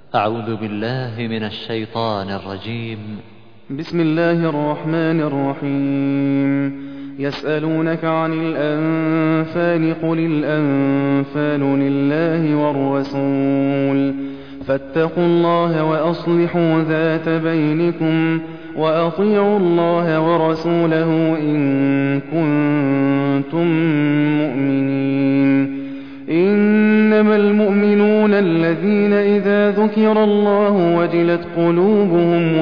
أعوذ بالله من الشيطان الرجيم. بسم الله الرحمن الرحيم. يسألونك عن الأنفال قل الأنفال لله والرسول فاتقوا الله وأصلحوا ذات بينكم وأطيعوا الله ورسوله إن كنتم مؤمنين. إنما المؤمنون الذين إذا ذكر الله وجلت قلوبهم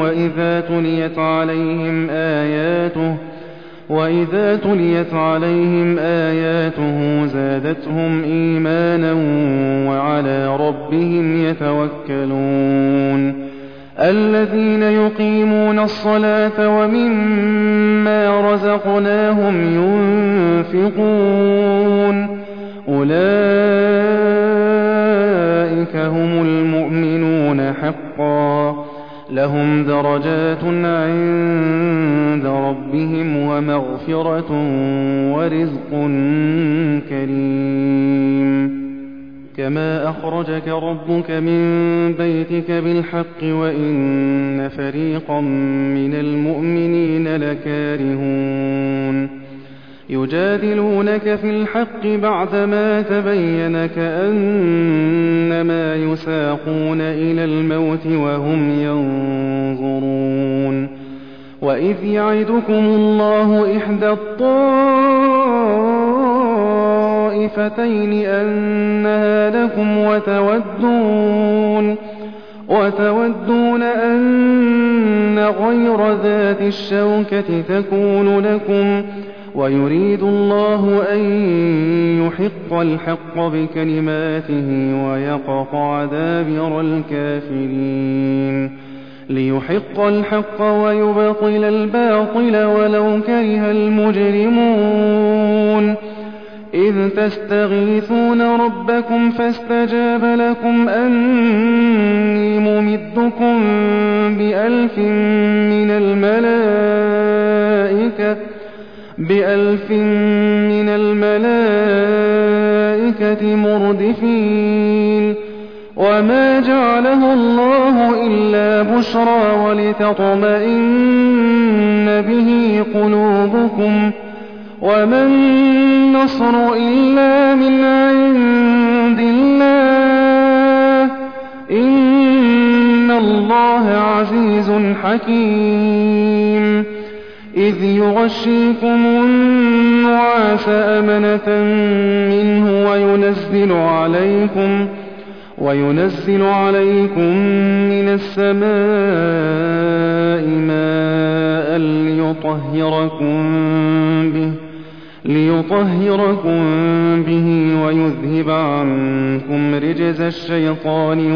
وإذا تليت عليهم آياته زادتهم إيمانا وعلى ربهم يتوكلون. الذين يقيمون الصلاة ومما رزقناهم ينفقون أولئك هم المؤمنون حقا لهم درجات عند ربهم ومغفرة ورزق كريم. كما أخرجك ربك من بيتك بالحق وإن فريقا من المؤمنين لكارهون. يجادلونك في الحق بعدما تبين كأنما يساقون إلى الموت وهم ينظرون. وإذ يعدكم الله إحدى الطائفتين أنها لكم وتودون أن غير ذات الشوكة تكون لكم ويريد الله أن يحق الحق بكلماته ويقطع دابر الكافرين ليحق الحق ويبطل الباطل ولو كره المجرمون. إذ تستغيثون ربكم فاستجاب لكم أني ممدكم بألف من الملائكة مردفين. وما جعله الله إلا بشرى ولتطمئن به قلوبكم وما النصر إلا من عند الله إن الله عزيز حكيم. إذ يغشيكم النعاس أمنة منه وينزل عليكم من السماء ماء ليطهركم به ويذهب عنكم رجز الشيطان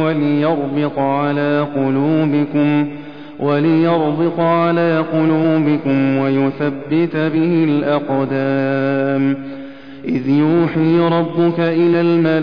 وليربط على قلوبكم ويثبت به الأقدام. إذ يوحي ربك إلى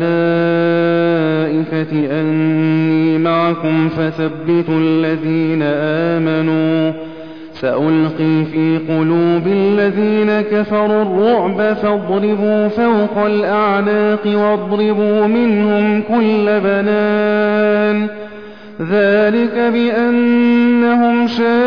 الملائكة أني معكم فثبتوا الذين آمنوا سألقي في قلوب الذين كفروا الرعب فاضربوا فوق الأعناق واضربوا منهم كل بنان ذلك بأنهم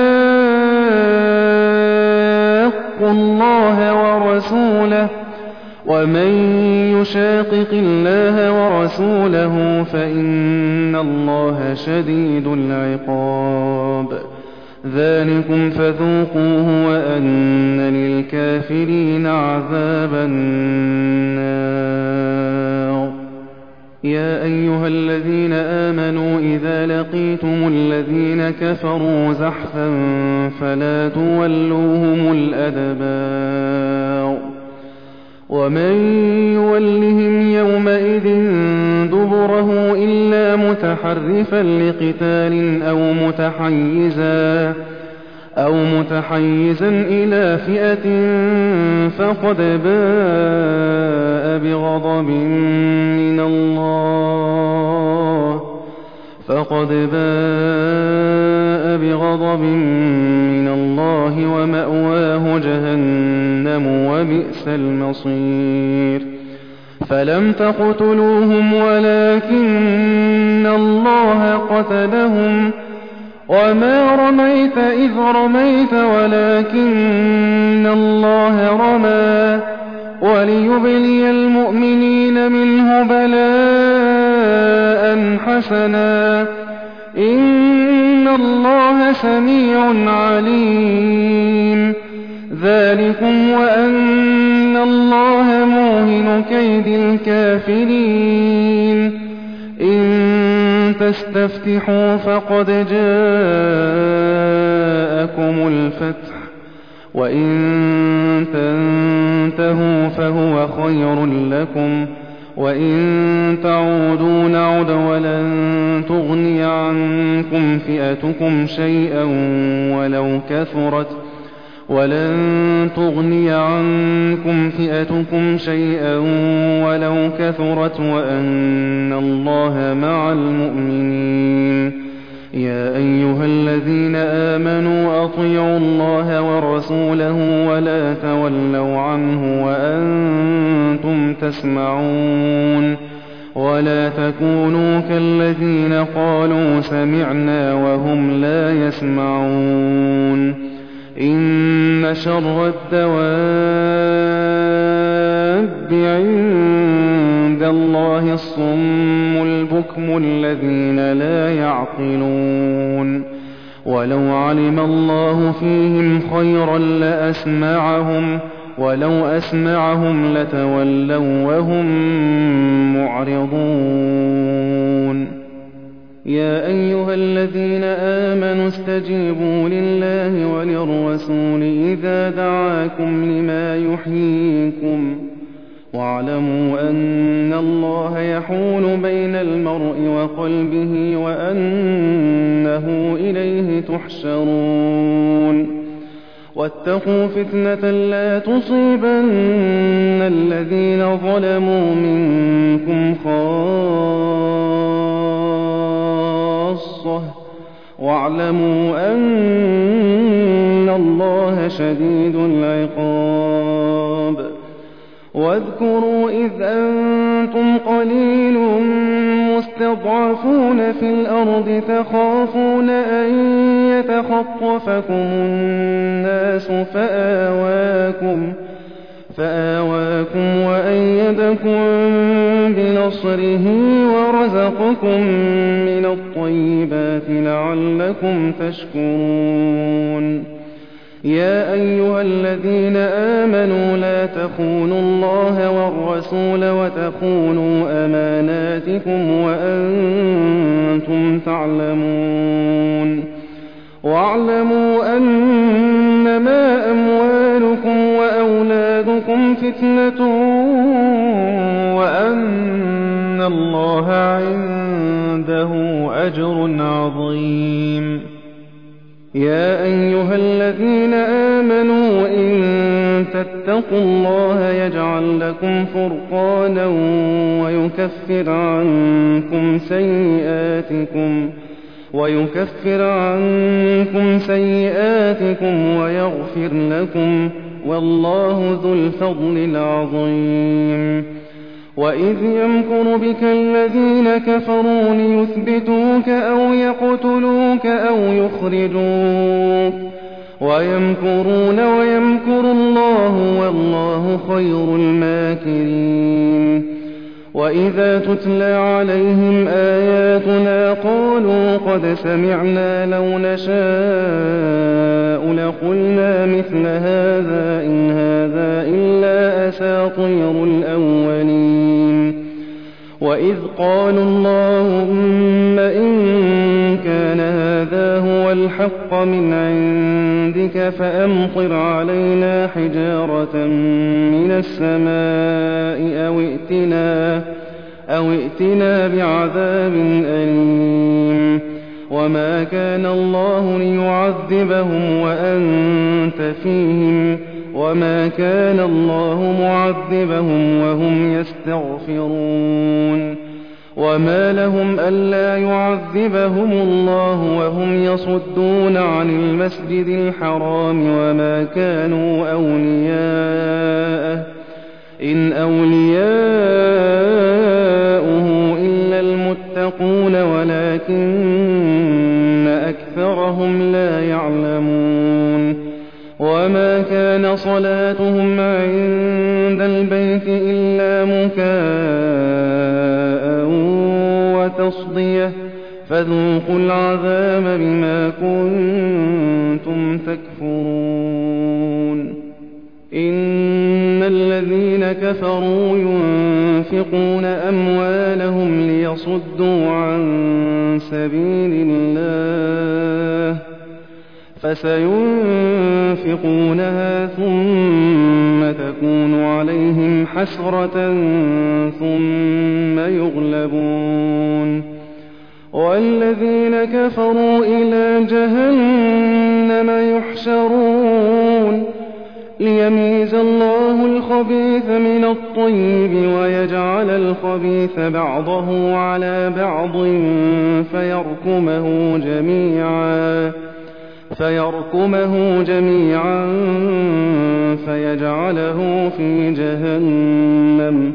شاقوا الله ورسوله ومن يشاقق الله ورسوله فإن الله شديد العقاب. ذلكم فذوقوه وأن للكافرين عذاب النار. يا أيها الذين آمنوا إذا لقيتم الذين كفروا زحفا فلا تولوهم الأدبار. ومن يولهم يومئذ دبره إلا متحرفا لقتال أو متحيزا إلى فئة فقد باء بغضب من الله ومأواه جهنم وبئس المصير. فلم تقتلوهم ولكن الله قتلهم وما رميت إذ رميت ولكن الله رمى وليبلي المؤمنين منه بلاء حسنا إن الله سميع عليم ذلكم وأن الله موهن كيد الكافرين إن تستفتحوا فقد جاءكم الفتح وإن تنتهوا فهو خير لكم وإن تعودوا نعد ولن تغني عنكم فئتكم شيئا ولو كثرت وأن الله مع المؤمنين يا أيها الذين آمنوا أطيعوا الله ورسوله ولا تولوا عنه وأنتم تسمعون ولا تكونوا كالذين قالوا سمعنا وهم لا يسمعون إن شر الدواب عند الله الصم البكم الذين لا يعقلون ولو علم الله فيهم خيرا لأسمعهم ولو أسمعهم لتولوا وهم معرضون يا أيها الذين آمنوا استجيبوا لله وللرسول إذا دعاكم لما يحييكم واعلموا أن الله يحول بين المرء وقلبه وأنه إليه تحشرون واتقوا فتنة لا تصيبن الذين ظلموا منكم خاصة واعلموا أن الله شديد العقاب واذكروا إذ أنتم قليل مستضعفون في الأرض تخافون أن يتخطفكم الناس فآواكم وأيدكم بنصره ورزقكم من الطيبات لعلكم تشكرون يا أيها الذين آمنوا لا تخونوا الله والرسول وتخونوا أماناتكم وأنتم تعلمون واعلموا أنما أموالكم وأولادكم فتنة وأن الله عنده أجر عظيم يا أيها الذين آمنوا إن تتقوا الله يجعل لكم فرقانا ويكفر عنكم سيئاتكم ويغفر لكم والله ذو الفضل العظيم وإذ يمكر بك الذين كفروا ليثبتوك أو يقتلوك أو يخرجوك ويمكرون ويمكر الله والله خير الماكرين وإذا تتلى عليهم آياتنا قالوا قد سمعنا لو نشاء لقلنا مثل هذا إن هذا إلا أساطير الأولين وإذ قالوا اللهم إن كان هذا هو الحق من عندك فأمطر علينا حجارة من السماء أو ائتنا بعذاب أليم وما كان الله ليعذبهم وأنت فيهم وما كان الله معذبهم وهم يستغفرون وما لهم ألا يعذبهم الله وهم يصدون عن المسجد الحرام وما كانوا أولياءه إن أولياؤه إلا المتقون ولكن أكثرهم لا يعلمون وما كان صلاتهم عند البيت إلا مكاء وتصدية فذوقوا العذاب بما كنتم تكفرون إن الذين كفروا ينفقون أموالهم ليصدوا عن سبيل الله فسينفقونها ثم تكون عليهم حسرة ثم يغلبون والذين كفروا إلى جهنم يحشرون ليميز الله الخبيث من الطيب ويجعل الخبيث بعضه على بعض فيركمه جميعا فيجعله في جهنم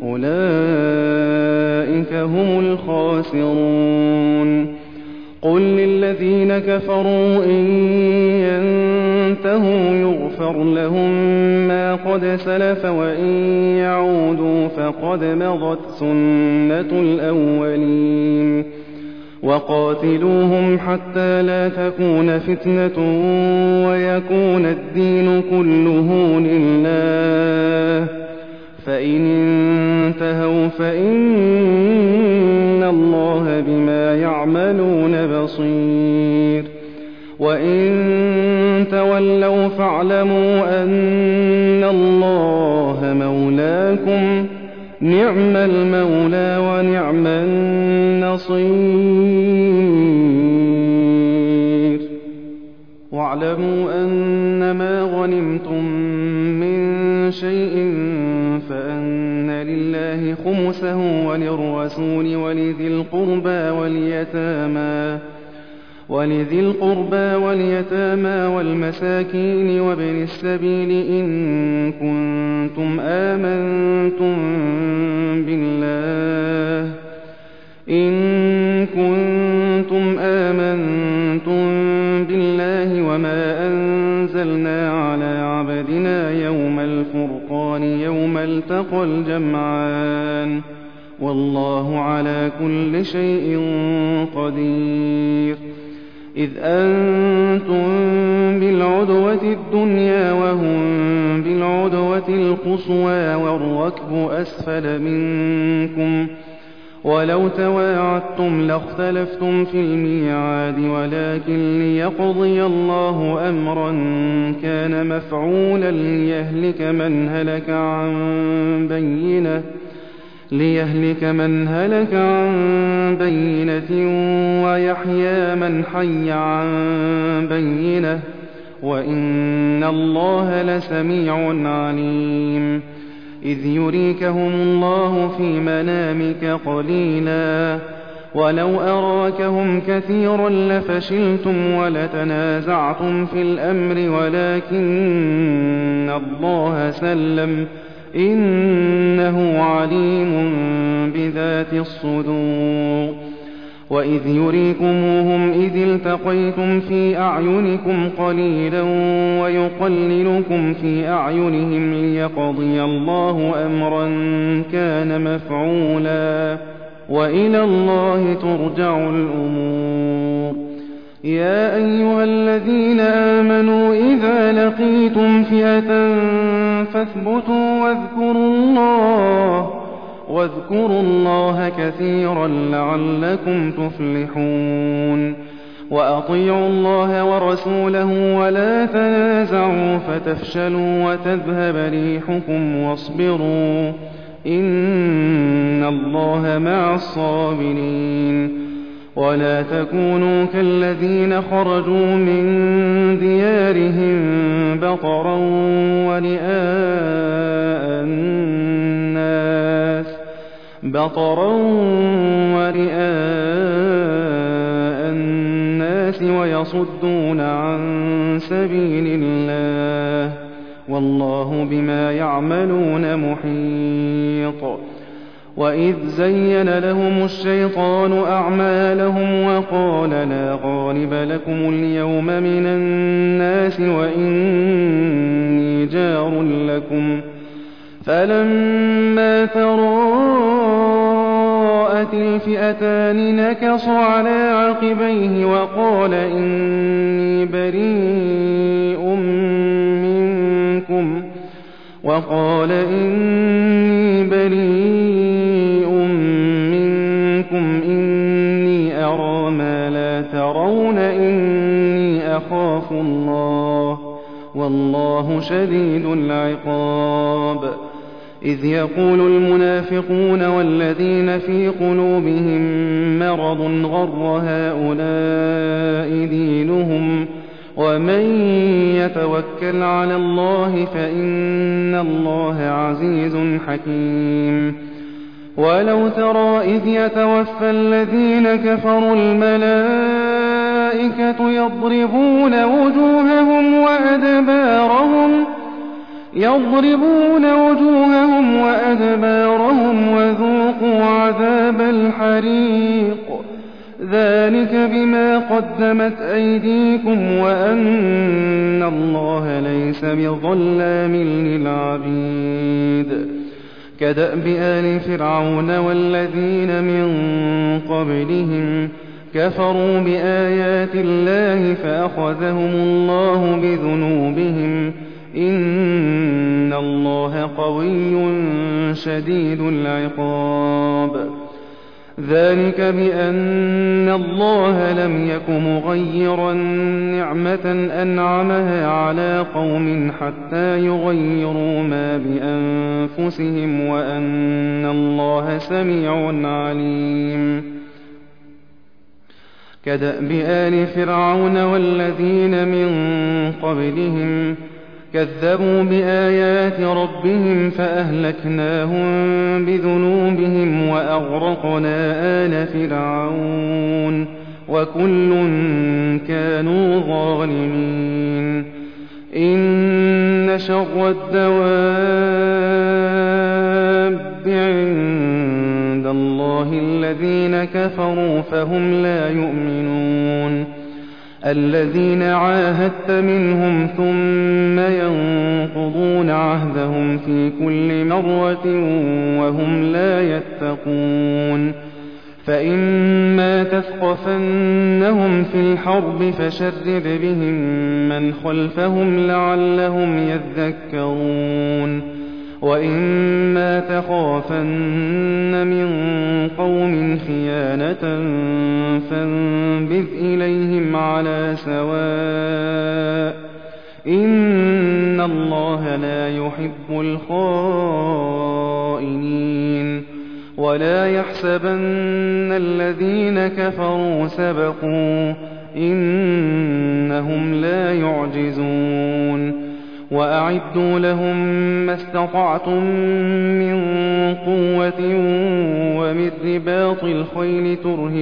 أولئك هم الخاسرون قل للذين كفروا إن ينتهوا يغفر لهم ما قد سلف وإن يعودوا فقد مضت سنة الأولين وقاتلوهم حتى لا تكون فتنة ويكون الدين كله لله فإن انتهوا فإن الله بما يعملون بصير وإن تولوا فاعلموا أن الله مولاكم نعم المولى ونعم النصير واعلموا أنما غنمتم من شيء فأن لله خمسه وللرسول ولذي القربى واليتامى والمساكين وابن السبيل إن كنتم آمنتم بالله وما أنزلنا على عبدنا يوم الفرقان يوم التقى الجمعان والله على كل شيء قدير إذ أنتم بالعدوة الدنيا وهم بالعدوة القصوى والركب أسفل منكم ولو تواعدتم لاختلفتم في الميعاد ولكن ليقضي الله أمرا كان مفعولا ليهلك من هلك عن بينة ويحيى من حي عن بينة وإن الله لسميع عليم إذ يريكهم الله في منامك قليلا ولو أراكهم كثيرا لفشلتم ولتنازعتم في الأمر ولكن الله سلم إنه عليم بذات الصدور وإذ يريكموهم إذ التقيتم في أعينكم قليلا ويقللكم في أعينهم ليقضي الله أمرا كان مفعولا وإلى الله ترجع الأمور يا أيها الذين آمنوا إذا لقيتم فئة فاثبتوا واذكروا الله كثيرا لعلكم تفلحون وأطيعوا الله ورسوله ولا تنازعوا فتفشلوا وتذهب ريحكم واصبروا إن الله مع الصابرين ولا تكونوا كالذين خرجوا من ديارهم بطرا ورئاء الناس ويصدون عن سبيل الله والله بما يعملون محيط. وإذ زين لهم الشيطان أعمالهم وقال لا غالب لكم اليوم من الناس وإني جار لكم، فلما تراءت الفئتان نكص على عقبيه وقال إني بريء منكم إني أرى ما لا ترون إني أخاف الله والله شديد العقاب. إذ يقول المنافقون والذين في قلوبهم مرض غر هؤلاء دينهم ومن يتوكل على الله فإن الله عزيز حكيم. ولو ترى إذ يتوفى الذين كفروا الملائكة يضربون وجوههم وأدبارهم وذوقوا عذاب الحريق ذلك بما قدمت أيديكم وأن الله ليس بظلام للعبيد. كدأب آل فرعون والذين من قبلهم كفروا بآيات الله فأخذهم الله بذنوبهم إن الله قوي شديد العقاب. ذلك بأن الله لم يك مغيرا نعمة أنعمها على قوم حتى يغيروا ما بأنفسهم وأن الله سميع عليم. كدأب آل فرعون والذين من قبلهم كذبوا بآيات ربهم فأهلكناهم بذنوبهم وأغرقنا آل فرعون وكل كانوا ظالمين. إن شر الدواب عند الله الذين كفروا فهم لا يؤمنون. الذين عاهدت منهم ثم ينقضون عهدهم في كل مرة وهم لا يتقون. فإما تثقفنهم في الحرب فشرد بهم من خلفهم لعلهم يذكرون. وإما تخافن من قوم خيانة فانبذ إليهم على سواء إن الله لا يحب الخائنين. ولا يحسبن الذين كفروا سبقوا إنهم لا يعجزون. وأعدوا لهم ما استطعتم من قوة ومن رباط الخيل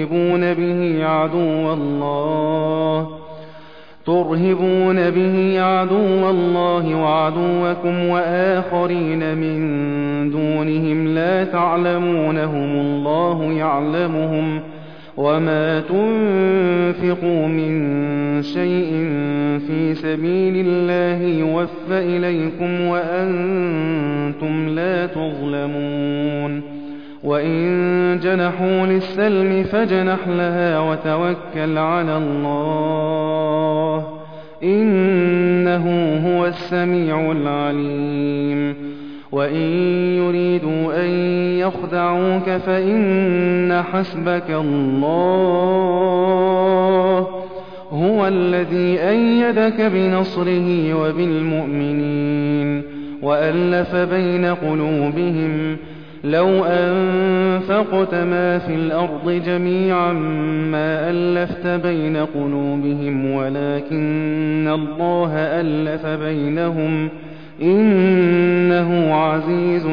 ترهبون به عدو الله وعدوكم وآخرين من دونهم لا تعلمونهم الله يعلمهم. وما تنفقوا من شيء في سبيل الله يوفى إليكم وأنتم لا تظلمون. وإن جنحوا للسلم فاجنح لها وتوكل على الله إنه هو السميع العليم. وإن يريدوا أن يخدعوك فإن حسبك الله هو الذي أيدك بنصره وبالمؤمنين وألف بين قلوبهم. لو أنفقت ما في الأرض جميعا ما ألفت بين قلوبهم ولكن الله ألف بينهم إنه عزيز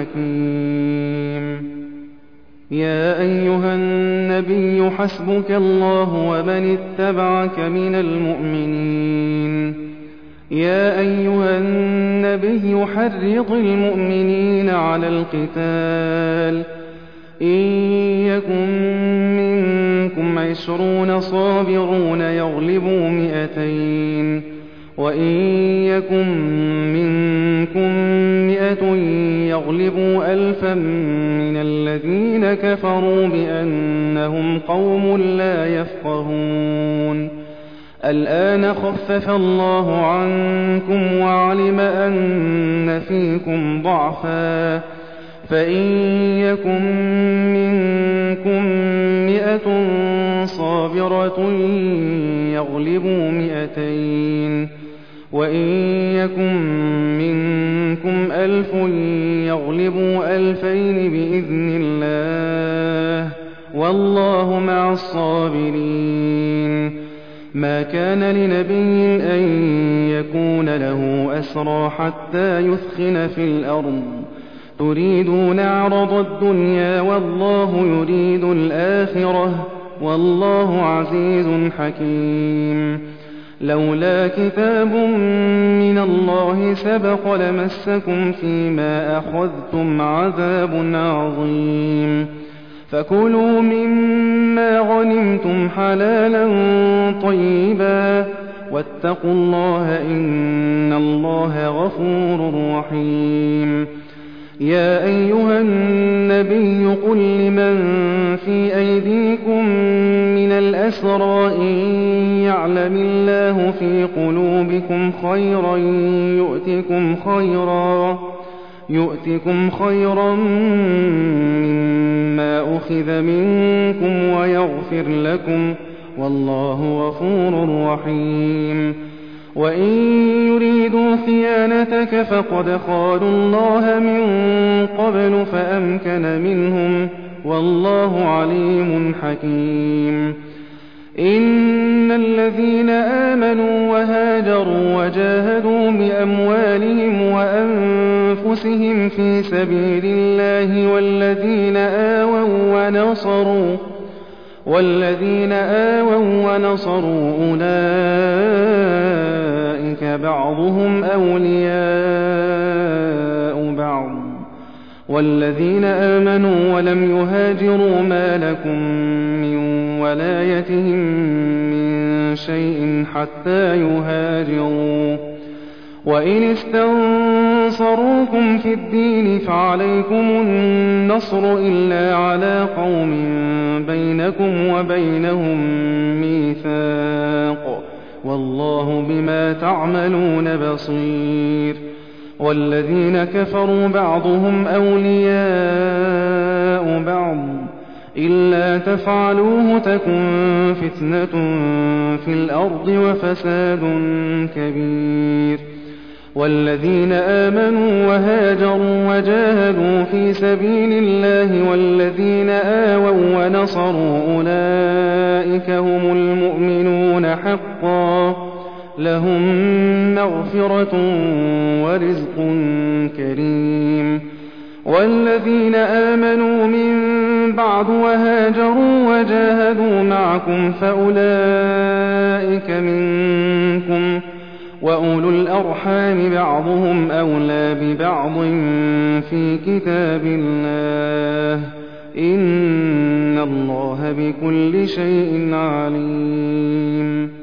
حكيم. يا أيها النبي حسبك الله ومن اتبعك من المؤمنين. يا أيها النبي حرض المؤمنين على القتال إن يكن منكم 20 صابرون يغلبوا 200 وإن يكن منكم 100 يغلبوا 1000 من الذين كفروا بأنهم قوم لا يفقهون الآن خفف الله عنكم وعلم أن فيكم ضعفا فإن يكن منكم 100 صابرة يغلبوا 200 وإن يكن منكم 1000 يغلبوا 2000 بإذن الله والله مع الصابرين ما كان لنبي أن يكون له أسرى حتى يثخن في الأرض تريدون عرض الدنيا والله يريد الآخرة والله عزيز حكيم لولا كتاب من الله سبق لمسكم فيما أخذتم عذاب عظيم فكلوا مما غنمتم حلالا طيبا واتقوا الله إن الله غفور رحيم يا أيها النبي قل لمن في أيديكم من الأسرى إن يعلم الله في قلوبكم خيرا يؤتكم خيرا مما أخذ منكم ويغفر لكم والله غفور رحيم وإن يريدوا خيانتك فقد خانوا الله من قبل فأمكن منهم والله عليم حكيم إن الذين آمنوا وهاجروا وجاهدوا بأموالهم وأنفسهم في سبيل الله والذين آووا ونصروا أولئك بعضهم أولياء بعض والذين آمنوا ولم يهاجروا ما لكم من ولايتهم من شيء حتى يهاجروا وإن استنصروكم في الدين فعليكم النصر إلا على قوم بينكم وبينهم ميثاق والله بما تعملون بصير والذين كفروا بعضهم أولياء بعض إلا تفعلوه تكن فتنة في الأرض وفساد كبير والذين آمنوا وهاجروا وجاهدوا في سبيل الله والذين آووا ونصروا أولئك هم المؤمنون حقا لهم مغفرة ورزق كريم والذين آمنوا من بعد وهاجروا وجاهدوا معكم فأولئك منكم وأولو الأرحام بعضهم أولى ببعض في كتاب الله إن الله بكل شيء عليم